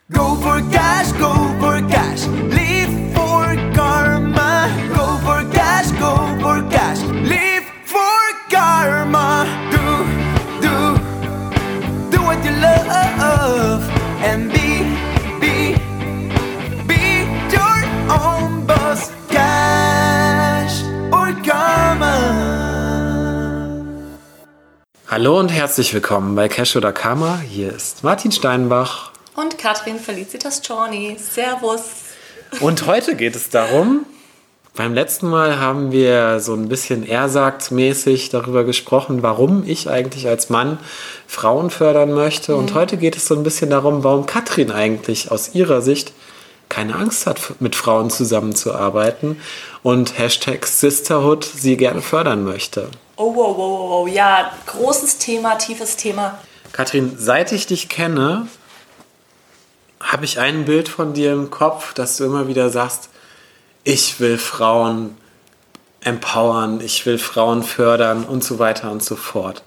Go for cash, live for karma. Go for cash, live for karma. Do what you love and be your own boss. Cash or karma. Hallo und herzlich willkommen bei Cash oder Karma. Hier ist Martin Steinbach. Und Katrin Felicitas Czorny. Servus. Und heute geht es darum, beim letzten Mal haben wir so ein bisschen mäßig darüber gesprochen, warum ich eigentlich als Mann Frauen fördern möchte. Und heute geht es so ein bisschen darum, warum Katrin eigentlich aus ihrer Sicht keine Angst hat, mit Frauen zusammenzuarbeiten und #Sisterhood sie gerne fördern möchte. Oh. Ja, großes Thema, tiefes Thema. Katrin, seit ich dich kenne, habe ich ein Bild von dir im Kopf, dass du immer wieder sagst, ich will Frauen empowern, ich will Frauen fördern und so weiter und so fort.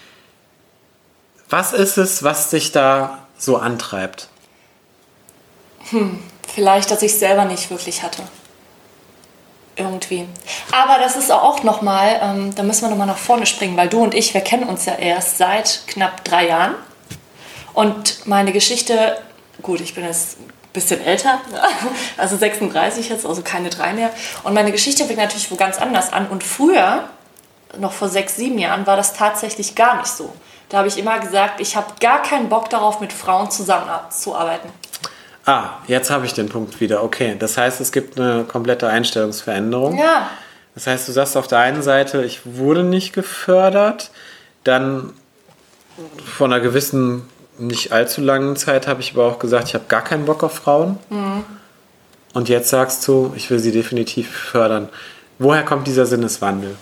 Was ist es, was dich da so antreibt? Vielleicht, dass ich es selber nicht wirklich hatte. Irgendwie. Aber das ist auch nochmal, da müssen wir nochmal nach vorne springen, weil du und ich, wir kennen uns ja erst seit knapp 3 Jahren. Und meine Geschichte, gut, ich bin jetzt ein bisschen älter, also 36 jetzt, also keine 3 mehr. Und meine Geschichte fängt natürlich wo ganz anders an. Und früher, noch vor 6, 7 Jahren, war das tatsächlich gar nicht so. Da habe ich immer gesagt, ich habe gar keinen Bock darauf, mit Frauen zusammenzuarbeiten. Jetzt habe ich den Punkt wieder. Okay, das heißt, es gibt eine komplette Einstellungsveränderung. Ja. Das heißt, du sagst auf der einen Seite, ich wurde nicht gefördert, dann vor einer gewissen, nicht allzu langen Zeit habe ich aber auch gesagt, ich habe gar keinen Bock auf Frauen. Mhm. Und jetzt sagst du, ich will sie definitiv fördern. Woher kommt dieser Sinneswandel?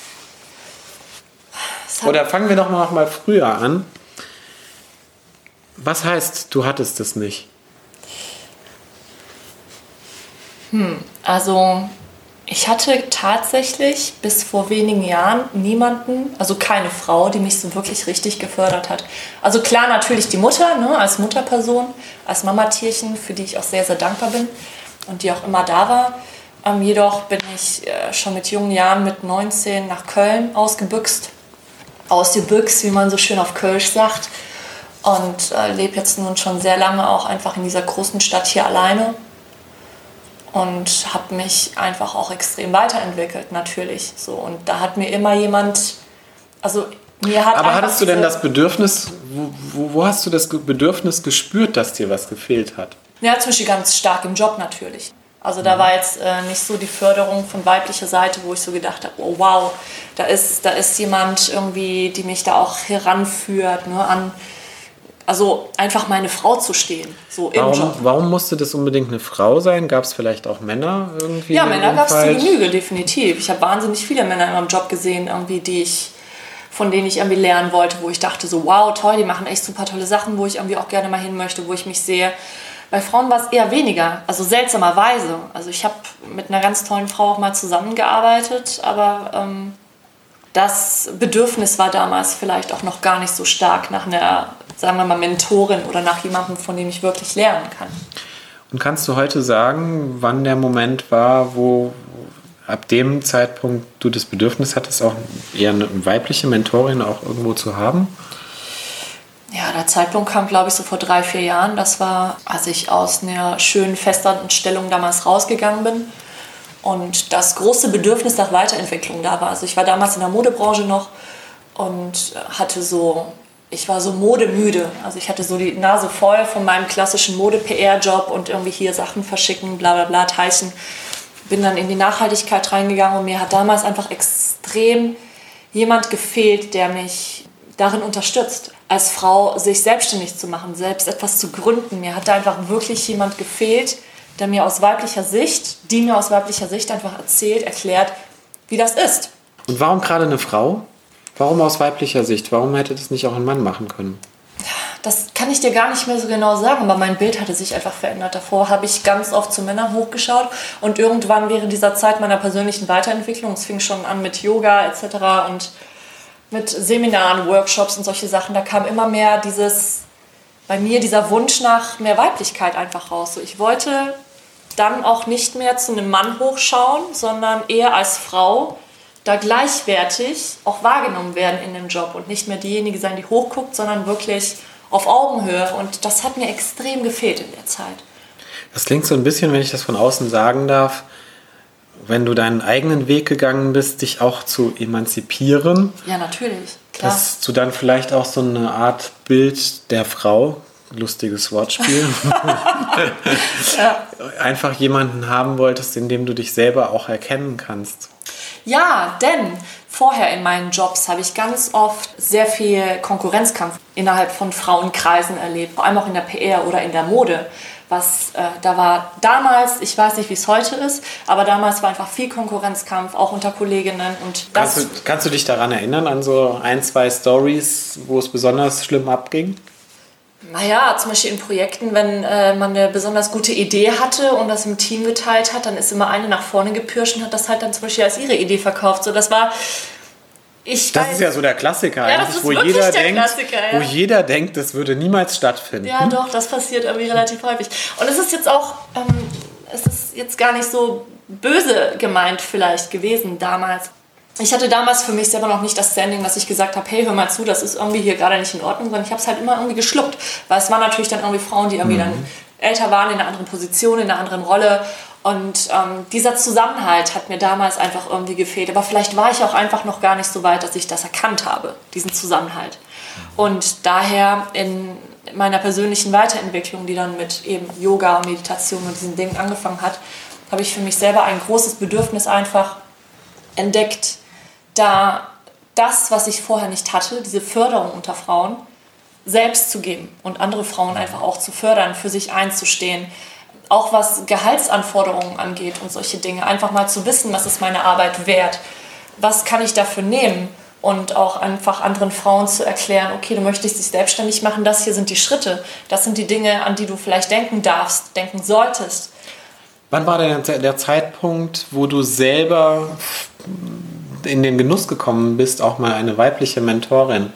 Oder fangen wir doch noch mal früher an. Was heißt, du hattest es nicht? Also ich hatte tatsächlich bis vor wenigen Jahren niemanden, also keine Frau, die mich so wirklich richtig gefördert hat. Also klar, natürlich die Mutter, ne, als Mutterperson, als Mamatierchen, für die ich auch sehr, sehr dankbar bin und die auch immer da war. Jedoch bin ich schon mit jungen Jahren, mit 19, nach Köln ausgebüxt, wie man so schön auf Kölsch sagt. Und lebe jetzt nun schon sehr lange auch einfach in dieser großen Stadt hier alleine. Und habe mich einfach auch extrem weiterentwickelt, natürlich. So, und da hat mir immer jemand, also mir hat. Aber hattest du denn das Bedürfnis, wo hast du das Bedürfnis gespürt, dass dir was gefehlt hat? Ja, zum Beispiel ganz stark im Job natürlich. Also da war jetzt nicht so die Förderung von weiblicher Seite, wo ich so gedacht habe, oh wow, da ist jemand irgendwie, die mich da auch heranführt, ne, an. Also einfach meine Frau zu stehen, so im Job. Warum musste das unbedingt eine Frau sein? Gab es vielleicht auch Männer irgendwie? Ja, Männer gab es zu Genüge, definitiv. Ich habe wahnsinnig viele Männer in meinem Job gesehen, irgendwie, von denen ich irgendwie lernen wollte, wo ich dachte so, wow, toll, die machen echt super tolle Sachen, wo ich irgendwie auch gerne mal hin möchte, wo ich mich sehe. Bei Frauen war es eher weniger, also seltsamerweise. Also ich habe mit einer ganz tollen Frau auch mal zusammengearbeitet, aber das Bedürfnis war damals vielleicht auch noch gar nicht so stark nach einer, sagen wir mal, Mentorin oder nach jemandem, von dem ich wirklich lernen kann. Und kannst du heute sagen, wann der Moment war, wo ab dem Zeitpunkt du das Bedürfnis hattest, auch eher eine weibliche Mentorin auch irgendwo zu haben? Ja, der Zeitpunkt kam, glaube ich, so vor 3, 4 Jahren. Das war, als ich aus einer schönen Festanstellung damals rausgegangen bin. Und das große Bedürfnis nach Weiterentwicklung da war. Also ich war damals in der Modebranche noch und ich war so modemüde. Also ich hatte so die Nase voll von meinem klassischen Mode-PR-Job und irgendwie hier Sachen verschicken, bla bla bla, Teilchen. Bin dann in die Nachhaltigkeit reingegangen und mir hat damals einfach extrem jemand gefehlt, der mich darin unterstützt, als Frau sich selbstständig zu machen, selbst etwas zu gründen. Mir hat da einfach wirklich jemand gefehlt, die mir aus weiblicher Sicht einfach erklärt, wie das ist. Und warum gerade eine Frau? Warum aus weiblicher Sicht? Warum hätte das nicht auch ein Mann machen können? Das kann ich dir gar nicht mehr so genau sagen, aber mein Bild hatte sich einfach verändert. Davor habe ich ganz oft zu Männern hochgeschaut und irgendwann während dieser Zeit meiner persönlichen Weiterentwicklung, es fing schon an mit Yoga etc. und mit Seminaren, Workshops und solche Sachen, da kam immer mehr dieses bei mir dieser Wunsch nach mehr Weiblichkeit einfach raus. So, ich wollte dann auch nicht mehr zu einem Mann hochschauen, sondern eher als Frau da gleichwertig auch wahrgenommen werden in dem Job und nicht mehr diejenige sein, die hochguckt, sondern wirklich auf Augenhöhe. Und das hat mir extrem gefehlt in der Zeit. Das klingt so ein bisschen, wenn ich das von außen sagen darf, wenn du deinen eigenen Weg gegangen bist, dich auch zu emanzipieren. Ja, natürlich, klar. Dass du dann vielleicht auch so eine Art Bild der Frau, lustiges Wortspiel, Ja. einfach jemanden haben wolltest, in dem du dich selber auch erkennen kannst. Ja, denn vorher in meinen Jobs habe ich ganz oft sehr viel Konkurrenzkampf innerhalb von Frauenkreisen erlebt, vor allem auch in der PR oder in der Mode. Da war damals, ich weiß nicht, wie es heute ist, aber damals war einfach viel Konkurrenzkampf, auch unter Kolleginnen. Und Kannst du dich daran erinnern, an so 1, 2 Stories, wo es besonders schlimm abging? Naja, zum Beispiel in Projekten, wenn man eine besonders gute Idee hatte und das im Team geteilt hat, dann ist immer eine nach vorne gepirscht und hat das halt dann zum Beispiel als ihre Idee verkauft. So, das war... Das ist ja so der Klassiker ja, eigentlich, wo jeder denkt, wo jeder denkt, das würde niemals stattfinden. Ja, doch, das passiert irgendwie relativ häufig. Und es ist jetzt auch, es ist jetzt gar nicht so böse gemeint vielleicht gewesen damals. Ich hatte damals für mich selber noch nicht das Standing, dass ich gesagt habe, hey, hör mal zu, das ist irgendwie hier gerade nicht in Ordnung, sondern ich habe es halt immer irgendwie geschluckt. Weil es waren natürlich dann irgendwie Frauen, die irgendwie dann älter waren, in einer anderen Position, in einer anderen Rolle. Und dieser Zusammenhalt hat mir damals einfach irgendwie gefehlt. Aber vielleicht war ich auch einfach noch gar nicht so weit, dass ich das erkannt habe, diesen Zusammenhalt. Und daher in meiner persönlichen Weiterentwicklung, die dann mit eben Yoga, Meditation und diesen Dingen angefangen hat, habe ich für mich selber ein großes Bedürfnis einfach entdeckt, da das, was ich vorher nicht hatte, diese Förderung unter Frauen, selbst zu geben und andere Frauen einfach auch zu fördern, für sich einzustehen. Auch was Gehaltsanforderungen angeht und solche Dinge. Einfach mal zu wissen, was ist meine Arbeit wert. Was kann ich dafür nehmen? Und auch einfach anderen Frauen zu erklären, okay, du möchtest dich selbstständig machen, das hier sind die Schritte. Das sind die Dinge, an die du vielleicht denken darfst, denken solltest. Wann war denn der Zeitpunkt, wo du selber in den Genuss gekommen bist, auch mal eine weibliche Mentorin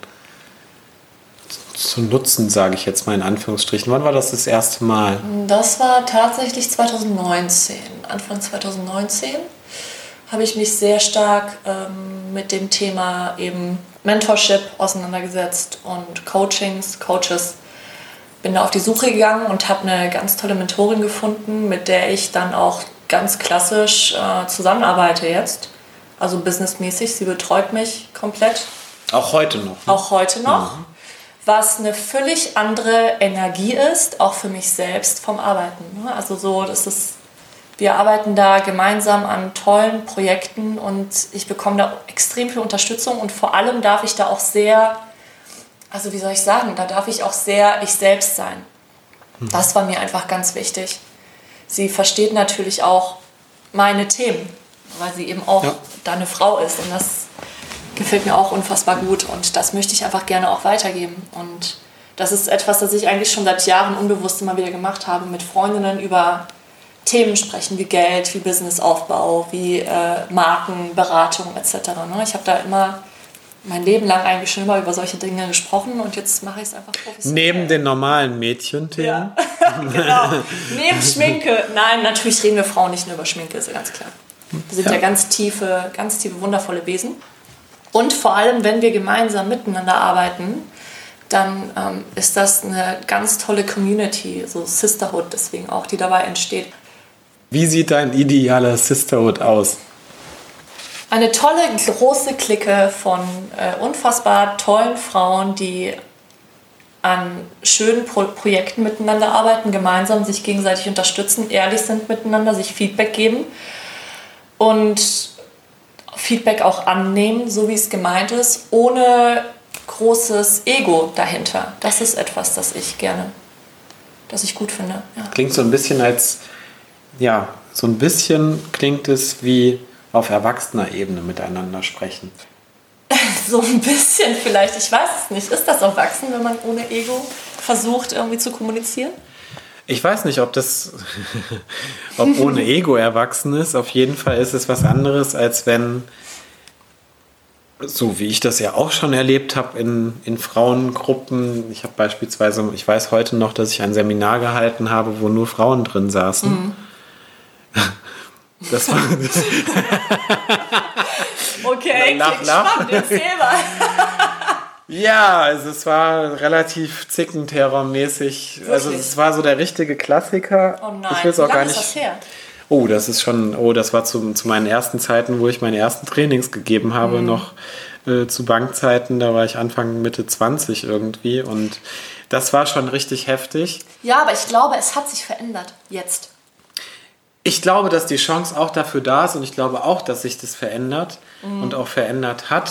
zu nutzen, sage ich jetzt mal in Anführungsstrichen? Wann war das erste Mal? Das war tatsächlich 2019. Anfang 2019 habe ich mich sehr stark mit dem Thema eben Mentorship auseinandergesetzt und Coaches. Bin da auf die Suche gegangen und habe eine ganz tolle Mentorin gefunden, mit der ich dann auch ganz klassisch zusammenarbeite jetzt. Also businessmäßig. Sie betreut mich komplett. Auch heute noch? Ne? Auch heute noch. Mhm. Was eine völlig andere Energie ist, auch für mich selbst vom Arbeiten. Also so, wir arbeiten da gemeinsam an tollen Projekten und ich bekomme da extrem viel Unterstützung und vor allem darf ich da auch sehr, also wie soll ich sagen, da darf ich auch sehr ich selbst sein. Das war mir einfach ganz wichtig. Sie versteht natürlich auch meine Themen, weil sie eben auch da eine Frau ist und das gefällt mir auch unfassbar gut und das möchte ich einfach gerne auch weitergeben. Und das ist etwas, das ich eigentlich schon seit Jahren unbewusst immer wieder gemacht habe, mit Freundinnen über Themen sprechen, wie Geld, wie Businessaufbau, wie Markenberatung etc. Ich habe da immer mein Leben lang eigentlich schon immer über solche Dinge gesprochen und jetzt mache ich es einfach professionell. Neben den normalen Mädchenthemen? Ja, genau. Neben Schminke. Nein, natürlich reden wir Frauen nicht nur über Schminke, ist ja ganz klar. Wir sind ja ganz tiefe, wundervolle Wesen. Und vor allem, wenn wir gemeinsam miteinander arbeiten, dann ist das eine ganz tolle Community, so Sisterhood deswegen auch, die dabei entsteht. Wie sieht dein idealer Sisterhood aus? Eine tolle, große Clique von unfassbar tollen Frauen, die an schönen Projekten miteinander arbeiten, gemeinsam sich gegenseitig unterstützen, ehrlich sind miteinander, sich Feedback geben und Feedback auch annehmen, so wie es gemeint ist, ohne großes Ego dahinter. Das ist etwas, das ich gut finde. Ja. Klingt so ein bisschen klingt es wie auf erwachsener Ebene miteinander sprechen. So ein bisschen vielleicht, ich weiß es nicht. Ist das erwachsen, wenn man ohne Ego versucht, irgendwie zu kommunizieren? Ich weiß nicht, ob ohne Ego erwachsen ist. Auf jeden Fall ist es was anderes, als wenn so wie ich das ja auch schon erlebt habe in Frauengruppen. Ich habe beispielsweise, ich weiß heute noch, dass ich ein Seminar gehalten habe, wo nur Frauen drin saßen. Das war Okay, Lach, klingt lach. spannend, erzähl mal. ja, also es war relativ Zickenterror-mäßig. Also Wirklich? es war so der richtige Klassiker. Oh nein, Ich will es wie auch lange gar ist nicht. das her? Das war zu meinen ersten Zeiten, wo ich meine ersten Trainings gegeben habe, noch zu Bankzeiten. Da war ich Anfang, Mitte 20 irgendwie und das war schon richtig heftig. Ja, aber ich glaube, es hat sich verändert jetzt. Ich glaube, dass die Chance auch dafür da ist und ich glaube auch, dass sich das verändert und auch verändert hat.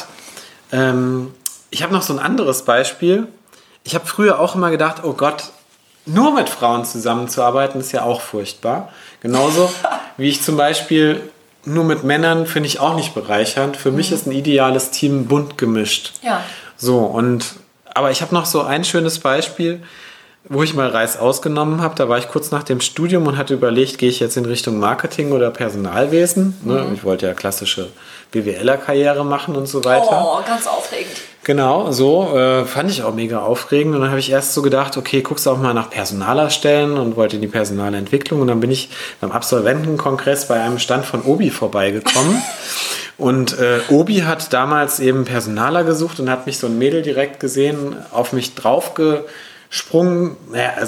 Ich habe noch so ein anderes Beispiel. Ich habe früher auch immer gedacht, oh Gott, nur mit Frauen zusammenzuarbeiten ist ja auch furchtbar. Genauso wie ich zum Beispiel nur mit Männern finde ich auch nicht bereichernd. Für mich ist ein ideales Team bunt gemischt. Ja. So, aber ich habe noch so ein schönes Beispiel, wo ich mal Reis ausgenommen habe. Da war ich kurz nach dem Studium und hatte überlegt, gehe ich jetzt in Richtung Marketing oder Personalwesen. Ne? Ich wollte ja klassische BWLer-Karriere machen und so weiter. Oh, ganz aufregend. Genau, so fand ich auch mega aufregend. Und dann habe ich erst so gedacht, okay, guckst du auch mal nach Personalerstellen und wollte in die Personalentwicklung. Und dann bin ich beim Absolventenkongress bei einem Stand von Obi vorbeigekommen. Und Obi hat damals eben Personaler gesucht und hat mich so ein Mädel direkt gesehen, auf mich draufgesprungen,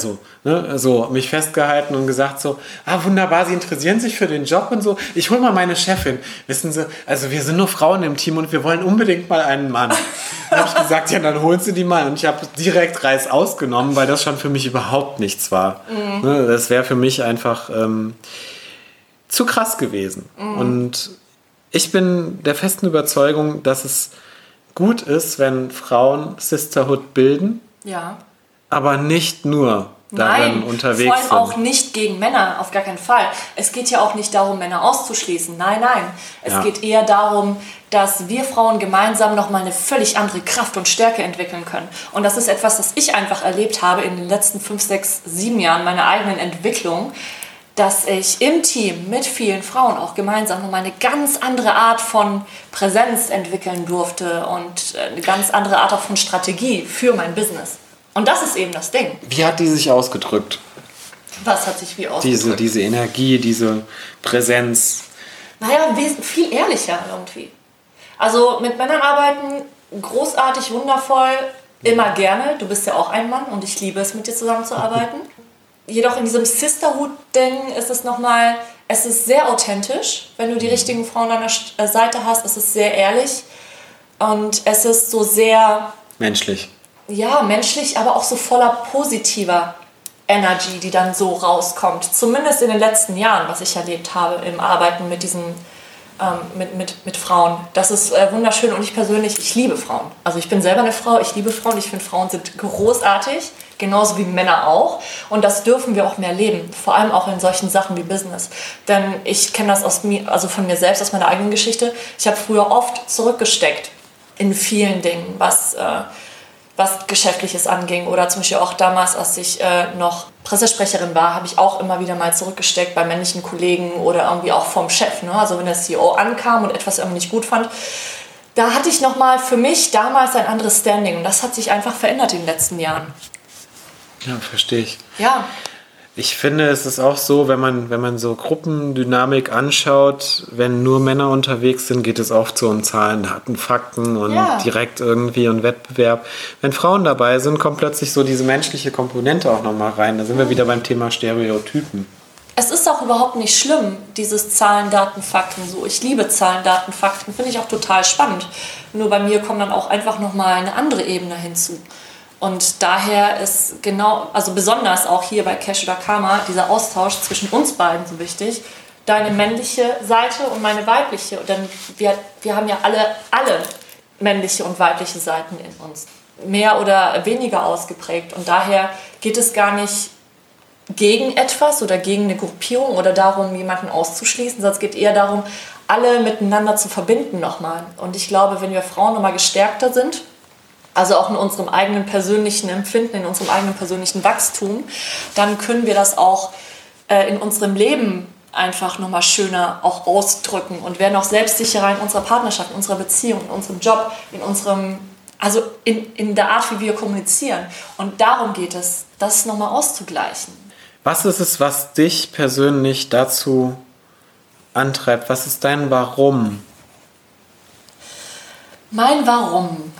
so mich festgehalten und gesagt so, wunderbar, Sie interessieren sich für den Job und so, ich hole mal meine Chefin. Wissen Sie, also wir sind nur Frauen im Team und wir wollen unbedingt mal einen Mann. Dann habe ich gesagt, ja, dann holen Sie die mal. Und ich habe direkt Reis ausgenommen, weil das schon für mich überhaupt nichts war. Ne, das wäre für mich einfach zu krass gewesen. Und ich bin der festen Überzeugung, dass es gut ist, wenn Frauen Sisterhood bilden, Ja. aber nicht nur darin unterwegs vor allem sind. auch nicht gegen Männer, auf gar keinen Fall. Es geht ja auch nicht darum, Männer auszuschließen. Nein. Es geht eher darum, dass wir Frauen gemeinsam nochmal eine völlig andere Kraft und Stärke entwickeln können. Und das ist etwas, das ich einfach erlebt habe in den letzten 5, 6, 7 Jahren meiner eigenen Entwicklung, dass ich im Team mit vielen Frauen auch gemeinsam nochmal eine ganz andere Art von Präsenz entwickeln durfte und eine ganz andere Art auch von Strategie für mein Business. Und das ist eben das Ding. Wie hat die sich ausgedrückt? Was hat sich wie ausgedrückt? Diese Energie, diese Präsenz. Naja, viel ehrlicher irgendwie. Also mit Männern arbeiten, großartig, wundervoll, immer gerne. Du bist ja auch ein Mann und ich liebe es, mit dir zusammenzuarbeiten. Jedoch in diesem Sisterhood-Ding ist es nochmal, es ist sehr authentisch. Wenn du die richtigen Frauen an der Seite hast, es ist sehr ehrlich. Und es ist so sehr... Menschlich. Ja, menschlich, aber auch so voller positiver Energy, die dann so rauskommt. Zumindest in den letzten Jahren, was ich erlebt habe im Arbeiten mit diesen mit Frauen. Das ist wunderschön und ich persönlich, ich liebe Frauen. Also ich bin selber eine Frau, ich liebe Frauen, ich finde Frauen sind großartig, genauso wie Männer auch. Und das dürfen wir auch mehr leben, vor allem auch in solchen Sachen wie Business. Denn ich kenne das von mir selbst, aus meiner eigenen Geschichte. Ich habe früher oft zurückgesteckt in vielen Dingen, was Geschäftliches anging. Oder zum Beispiel auch damals, als ich noch Pressesprecherin war, habe ich auch immer wieder mal zurückgesteckt bei männlichen Kollegen oder irgendwie auch vom Chef. Ne? Also wenn der CEO ankam und etwas irgendwie nicht gut fand, da hatte ich nochmal für mich damals ein anderes Standing. Und das hat sich einfach verändert in den letzten Jahren. Ja, verstehe ich. Ja. Ich finde, es ist auch so, wenn man so Gruppendynamik anschaut, wenn nur Männer unterwegs sind, geht es oft so um Zahlen, Daten, Fakten und direkt irgendwie und Wettbewerb. Wenn Frauen dabei sind, kommt plötzlich so diese menschliche Komponente auch nochmal rein. Da sind wir wieder beim Thema Stereotypen. Es ist auch überhaupt nicht schlimm, dieses Zahlen, Daten, Fakten. So, ich liebe Zahlen, Daten, Fakten, finde ich auch total spannend. Nur bei mir kommt dann auch einfach nochmal eine andere Ebene hinzu. Und daher ist also besonders auch hier bei Cash oder Karma, dieser Austausch zwischen uns beiden so wichtig. Deine männliche Seite und meine weibliche. Denn wir haben ja alle männliche und weibliche Seiten in uns. Mehr oder weniger ausgeprägt. Und daher geht es gar nicht gegen etwas oder gegen eine Gruppierung oder darum, jemanden auszuschließen, sondern es geht eher darum, alle miteinander zu verbinden nochmal. Und ich glaube, wenn wir Frauen nochmal gestärkter sind, also auch in unserem eigenen persönlichen Empfinden, in unserem eigenen persönlichen Wachstum, dann können wir das auch in unserem Leben einfach nochmal schöner auch ausdrücken und werden auch selbstsicherer in unserer Partnerschaft, in unserer Beziehung, in unserem Job, also in der Art, wie wir kommunizieren. Und darum geht es, das nochmal auszugleichen. Was ist es, was dich persönlich dazu antreibt? Was ist dein Warum? Mein Warum?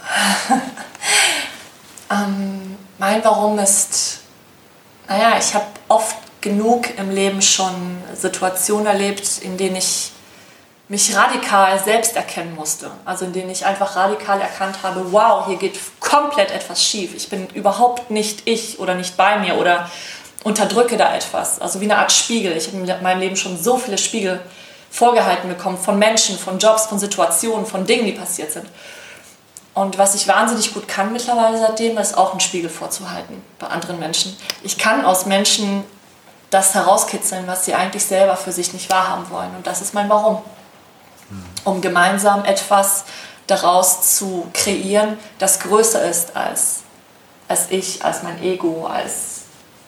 Mein Warum ist, ich habe oft genug im Leben schon Situationen erlebt, in denen ich mich radikal selbst erkennen musste. Also in denen ich einfach radikal erkannt habe, wow, hier geht komplett etwas schief. Ich bin überhaupt nicht ich oder nicht bei mir oder unterdrücke da etwas. Also wie eine Art Spiegel. Ich habe in meinem Leben schon so viele Spiegel vorgehalten bekommen von Menschen, von Jobs, von Situationen, von Dingen, die passiert sind. Und was ich wahnsinnig gut kann mittlerweile seitdem, ist auch einen Spiegel vorzuhalten bei anderen Menschen. Ich kann aus Menschen das herauskitzeln, was sie eigentlich selber für sich nicht wahrhaben wollen. Und das ist mein Warum. Um gemeinsam etwas daraus zu kreieren, das größer ist als ich, als mein Ego, als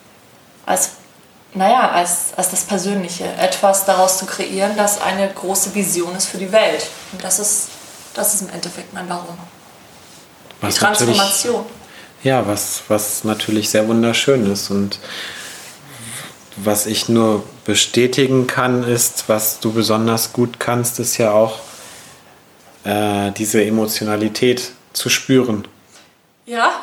das Persönliche. Etwas daraus zu kreieren, das eine große Vision ist für die Welt. Und das ist im Endeffekt mein Warum. Die Transformation. Ja, was natürlich sehr wunderschön ist. Und was ich nur bestätigen kann, ist, was du besonders gut kannst, ist ja auch diese Emotionalität zu spüren. Ja.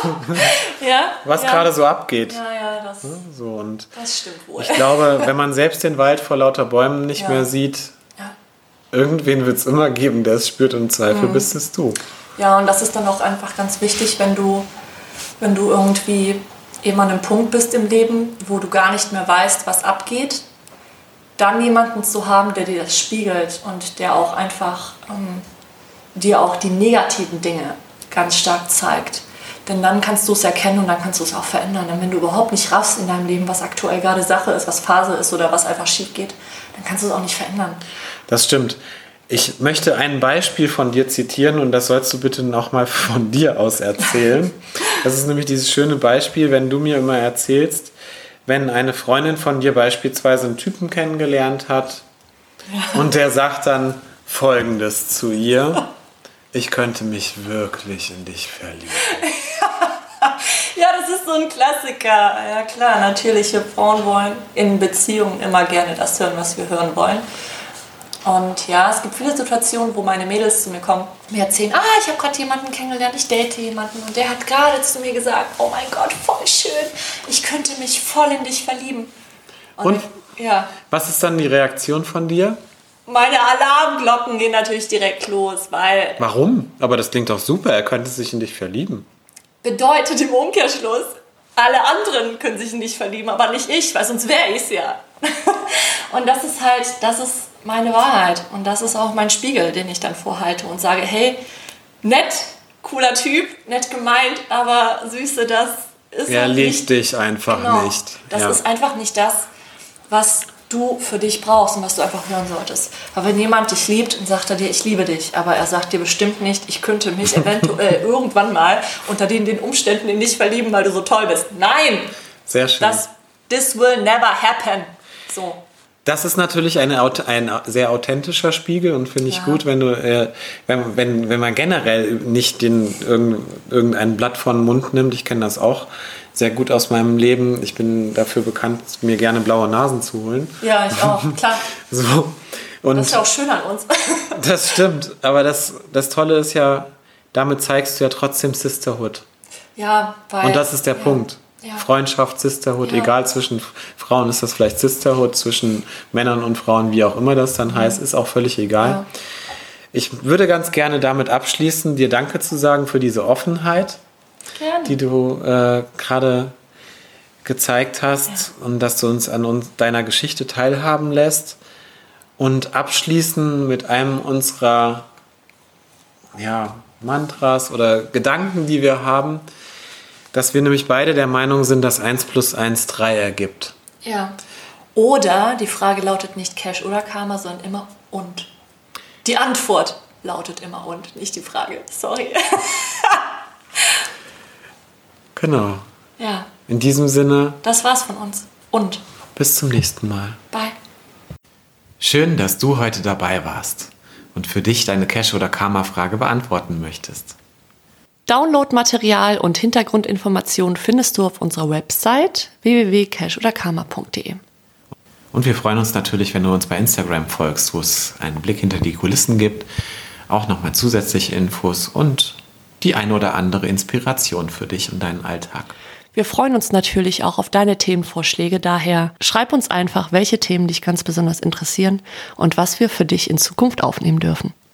Ja. Was gerade so abgeht. Ja, das stimmt wohl. Ich glaube, wenn man selbst den Wald vor lauter Bäumen nicht mehr sieht, irgendwen wird es immer geben, der es spürt und im Zweifel bist es du. Ja, und das ist dann auch einfach ganz wichtig, wenn du irgendwie eben an einem Punkt bist im Leben, wo du gar nicht mehr weißt, was abgeht, dann jemanden zu haben, der dir das spiegelt und der auch einfach dir auch die negativen Dinge ganz stark zeigt. Denn dann kannst du es erkennen und dann kannst du es auch verändern. Und wenn du überhaupt nicht raffst in deinem Leben, was aktuell gerade Sache ist, was Phase ist oder was einfach schief geht, dann kannst du es auch nicht verändern. Das stimmt. Ich möchte ein Beispiel von dir zitieren und das sollst du bitte noch mal von dir aus erzählen. Das ist nämlich dieses schöne Beispiel, wenn du mir immer erzählst, wenn eine Freundin von dir beispielsweise einen Typen kennengelernt hat und der sagt dann Folgendes zu ihr: Ich könnte mich wirklich in dich verlieben. Ja, das ist so ein Klassiker. Ja klar, natürlich, wir Frauen wollen in Beziehungen immer gerne das hören, was wir hören wollen. Und ja, es gibt viele Situationen, wo meine Mädels zu mir kommen, mir erzählen, ich habe gerade jemanden kennengelernt, ich date jemanden und der hat gerade zu mir gesagt, oh mein Gott, voll schön, ich könnte mich voll in dich verlieben. Und was ist dann die Reaktion von dir? Meine Alarmglocken gehen natürlich direkt los, weil... Warum? Aber das klingt doch super, er könnte sich in dich verlieben. Bedeutet im Umkehrschluss, alle anderen können sich in dich verlieben, aber nicht ich, weil sonst wäre ich es ja. Und das ist meine Wahrheit und das ist auch mein Spiegel, den ich dann vorhalte und sage, hey, nett, cooler Typ, nett gemeint, aber Süße, das ist er halt liebt nicht, dich einfach nicht. Das ist einfach nicht das, was du für dich brauchst und was du einfach hören solltest. Aber wenn jemand dich liebt, dann sagt er dir, ich liebe dich, aber er sagt dir bestimmt nicht, ich könnte mich eventuell irgendwann mal unter den Umständen in dich verlieben, weil du so toll bist. Nein! Sehr schön. This will never happen. So. Das ist natürlich ein sehr authentischer Spiegel und finde ich gut, wenn du, wenn man generell nicht irgendein Blatt vor den Mund nimmt. Ich kenne das auch sehr gut aus meinem Leben. Ich bin dafür bekannt, mir gerne blaue Nasen zu holen. Ja, ich auch, klar. So. Und das ist ja auch schön an uns. Das stimmt, aber das Tolle ist ja, damit zeigst du ja trotzdem Sisterhood. Ja, weil... Und das ist der Punkt. Ja. Freundschaft, Sisterhood, egal, zwischen Frauen ist das vielleicht Sisterhood, zwischen Männern und Frauen, wie auch immer das dann heißt, ist auch völlig egal. Ja. Ich würde ganz gerne damit abschließen, dir Danke zu sagen für diese Offenheit, die du gerade gezeigt hast und dass du uns an deiner Geschichte teilhaben lässt und abschließen mit einem unserer Mantras oder Gedanken, die wir haben, dass wir nämlich beide der Meinung sind, dass 1 + 1 3 ergibt. Ja. Oder die Frage lautet nicht Cash oder Karma, sondern immer und. Die Antwort lautet immer und, nicht die Frage. Sorry. Genau. Ja. In diesem Sinne. Das war's von uns. Und. Bis zum nächsten Mal. Bye. Schön, dass du heute dabei warst und für dich deine Cash- oder Karma-Frage beantworten möchtest. Downloadmaterial und Hintergrundinformationen findest du auf unserer Website www.cashoderkarma.de. Und wir freuen uns natürlich, wenn du uns bei Instagram folgst, wo es einen Blick hinter die Kulissen gibt, auch nochmal zusätzliche Infos und die ein oder andere Inspiration für dich und deinen Alltag. Wir freuen uns natürlich auch auf deine Themenvorschläge, daher schreib uns einfach, welche Themen dich ganz besonders interessieren und was wir für dich in Zukunft aufnehmen dürfen.